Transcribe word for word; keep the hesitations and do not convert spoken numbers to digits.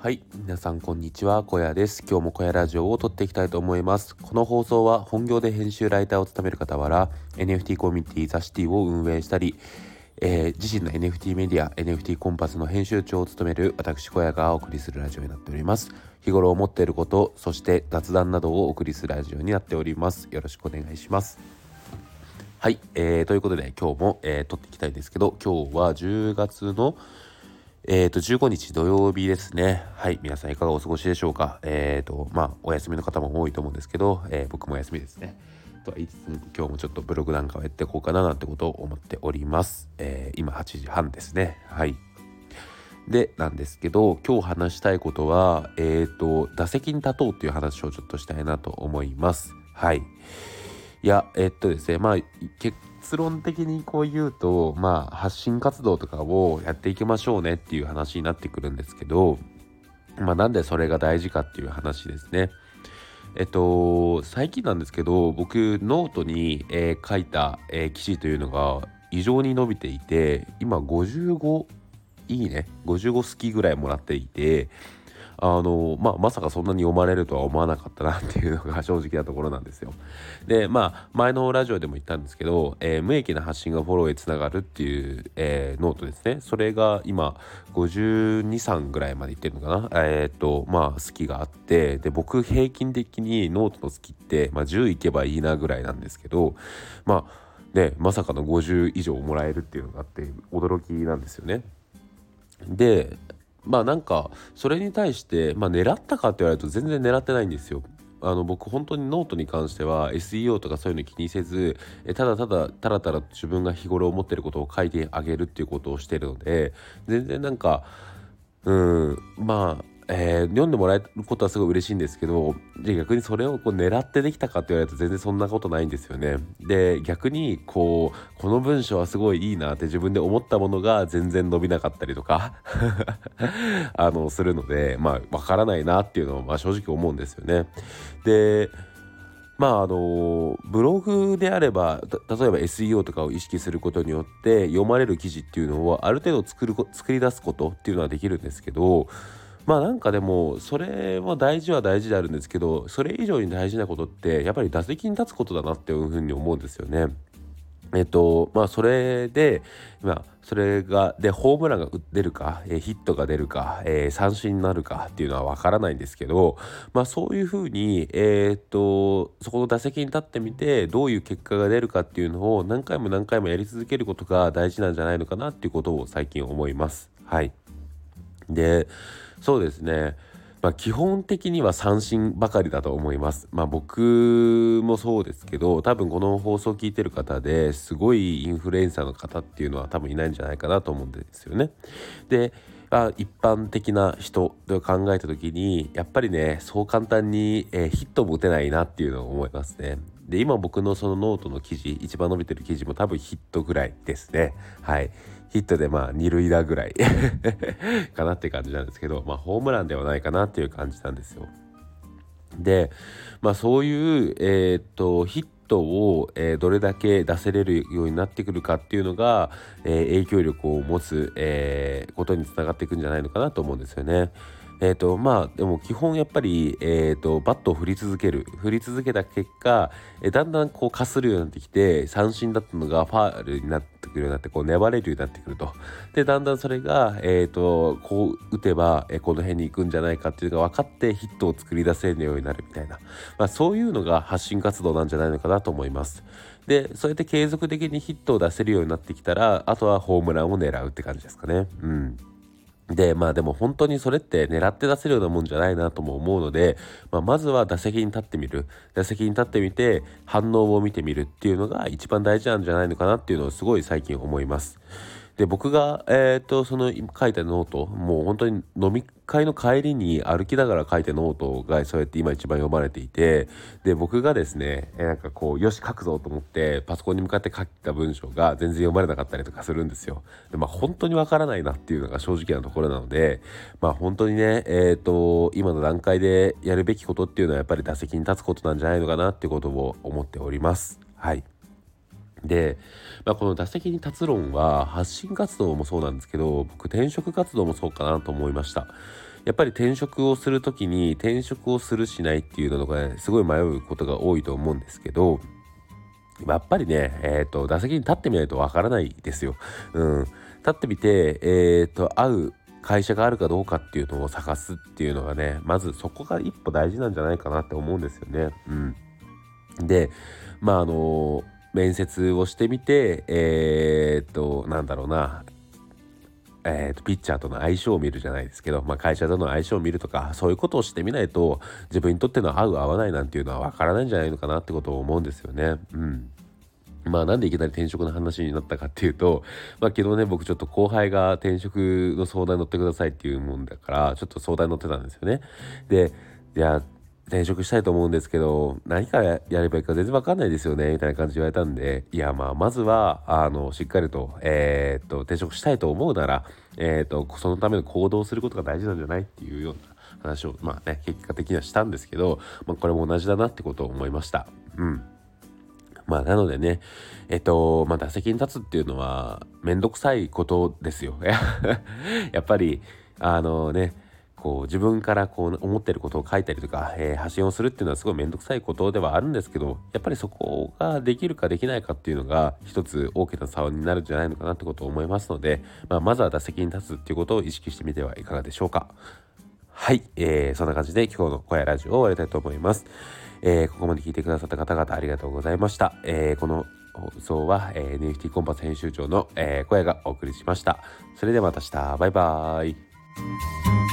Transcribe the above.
はい、皆さんこんにちは、小屋です。今日も小屋ラジオを撮っていきたいと思います。この放送は本業で編集ライターを務める傍ら エヌエフティー コミュニティザシティを運営したり、えー、自身の エヌエフティー メディア エヌエフティー コンパスの編集長を務める私小屋がお送りするラジオになっております。日頃思っていること、そして雑談などをお送りするラジオになっております。よろしくお願いします。はい、えー、ということで今日も、えー、撮っていきたいんですけど、今日はじゅうがつのえーと、じゅうごにち土曜日ですね。はい。皆さんいかがお過ごしでしょうか。えーと、まあ、お休みの方も多いと思うんですけど、えー、僕も休みですね。とは言いつつ、今日もちょっとブログなんかをやっていこうかななんてことを思っております。えー、今はちじはんですね。はい。で、なんですけど、今日話したいことは、えーと、打席に立とうっていう話をちょっとしたいなと思います。はい。いや、えっとですね、まあ、結論的にこう言うと、まあ、発信活動とかをやっていきましょうねっていう話になってくるんですけど、まあ、なんでそれが大事かっていう話ですね。えっと、最近なんですけど、僕、ノートに、えー書いた、えー記事というのが異常に伸びていて、今ごじゅうごいいね、ごじゅうご好きぐらいもらっていて、あのまあまさかそんなに読まれるとは思わなかったなっていうのが正直なところなんですよ。でまあ前のラジオでも言ったんですけど、えー無益な発信がフォローへつながるっていう、えーノートですね。それが今ごじゅうに、さんぐらいまでいってるのかな。えーっとまあ好きがあって、で僕平均的にノートの好きって、まあ、じゅういけばいいなぐらいなんですけど、まあねまさかのごじゅう以上もらえるっていうのがあって驚きなんですよね。でまあなんかそれに対して、まあ、狙ったかって言われると全然狙ってないんですよ。あの僕本当にノートに関しては エスイーオー とかそういうの気にせず、えただただたらたら自分が日頃思ってることを書いてあげるっていうことをしているので、全然なんかうんまあ、えー読んでもらえることはすごい嬉しいんですけど、で逆にそれをこう狙ってできたかって言われると全然そんなことないんですよね。で逆にこうこの文章はすごいいいなって自分で思ったものが全然伸びなかったりとかあのするので、まあわからないなっていうのはまあ正直思うんですよね。でまああのブログであればた例えば エスイーオー とかを意識することによって読まれる記事っていうのをある程度作るこ作り出すことっていうのはできるんですけど、まあなんかでもそれも大事は大事であるんですけど、それ以上に大事なことってやっぱり打席に立つことだなっていうふうに思うんですよね。えっとまあそれでまあそれがでホームランが出るか、えーヒットが出るか、えー三振になるかっていうのはわからないんですけど、まあそういうふうにえーっとそこの打席に立ってみてどういう結果が出るかっていうのを何回も何回もやり続けることが大事なんじゃないのかなっていうことを最近思います。はい。でそうですね、まあ、基本的には三振ばかりだと思います。まあ僕もそうですけど、多分この放送を聞いてる方ですごいインフルエンサーの方っていうのは多分いないんじゃないかなと思うんですよね。で、まあ、一般的な人と考えた時にやっぱりねそう簡単に、えーヒットも打てないなっていうのを思いますね。で今僕のそのノートの記事一番伸びてる記事も多分ヒットぐらいですね。はい。ヒットでまあ二塁打ぐらいかなって感じなんですけど、まあホームランではないかなっていう感じなんですよ。で、まあそういう、えーっと、ヒットを、えーどれだけ出せれるようになってくるかっていうのが、えー影響力を持つ、えーことにつながっていくんじゃないのかなと思うんですよね。えーとまあでも基本やっぱり、えーとバットを振り続ける振り続けた結果、えーだんだんこうかするようになってきて三振だったのがファールになってくるようになってこう粘れるようになってくると。でだんだんそれが、えーとこう打てば、えーこの辺に行くんじゃないかっていうのが分かってヒットを作り出せるようになるみたいな、まあ、そういうのが発信活動なんじゃないのかなと思います。でそうやって継続的にヒットを出せるようになってきたらあとはホームランを狙うって感じですかね。うんでまあでも本当にそれって狙って出せるようなもんじゃないなとも思うので、まあ、まずは打席に立ってみる打席に立ってみて反応を見てみるっていうのが一番大事なんじゃないのかなっていうのをすごい最近思います。で僕がえっとその今書いたノートもう本当に飲み会の帰りに歩きながら書いたノートがそうやって今一番読まれていて、で僕がですねえなんかこうよし書くぞと思ってパソコンに向かって書いた文章が全然読まれなかったりとかするんですよ。でまあ本当にわからないなっていうのが正直なところなので、まあ本当にねえっと今の段階でやるべきことっていうのはやっぱり打席に立つことなんじゃないのかなっていうことを思っております。はい。で、まあ、この打席に立つ論は発信活動もそうなんですけど僕転職活動もそうかなと思いました。 やっぱり転職をするときに転職をするしないっていうのが、ね、すごい迷うことが多いと思うんですけど、やっぱりね、えっと、打席に立ってみないとわからないですよ。うん。立ってみて、えっと、合う会社があるかどうかっていうのを探すっていうのがね、まずそこが一歩大事なんじゃないかなって思うんですよね。うん。で、まあ、あの、面接をしてみて、えっと、なんだろうな、えーと、ピッチャーとの相性を見るじゃないですけど、まあ、会社との相性を見るとか、そういうことをしてみないと、自分にとっての合う合わないなんていうのはわからないんじゃないのかなってことを思うんですよね。うん。まあなんでいきなり転職の話になったかっていうと、まあ昨日ね、僕ちょっと後輩が転職の相談に乗ってくださいっていうもんだから、ちょっと相談に乗ってたんですよね。で、いや、転職したいと思うんですけど、何からやればいいか全然わかんないですよね、みたいな感じで言われたんで、いや、まあまずは、あの、しっかりと、えー、っと、転職したいと思うなら、えー、っと、そのための行動をすることが大事なんじゃないっていうような話を、まあね、結果的にはしたんですけど、まあこれも同じだなってことを思いました。うん。まあなのでね、えっと、まあ打席に立つっていうのはめんどくさいことですよ。やっぱり、あのね、こう自分からこう思ってることを書いたりとか、えー発信をするっていうのはすごいめんどくさいことではあるんですけど、やっぱりそこができるかできないかっていうのが一つ大きな差になるんじゃないのかなってことを思いますので、まあまずは打席に立つっていうことを意識してみてはいかがでしょうか。はい、えー、そんな感じで今日の小屋ラジオを終わりたいと思います。えー、ここまで聞いてくださった方々ありがとうございました。えー、この放送は、えー、エヌエフティー コンパス編集長の、えー、小屋がお送りしました。それではまた明日、バイバーイ。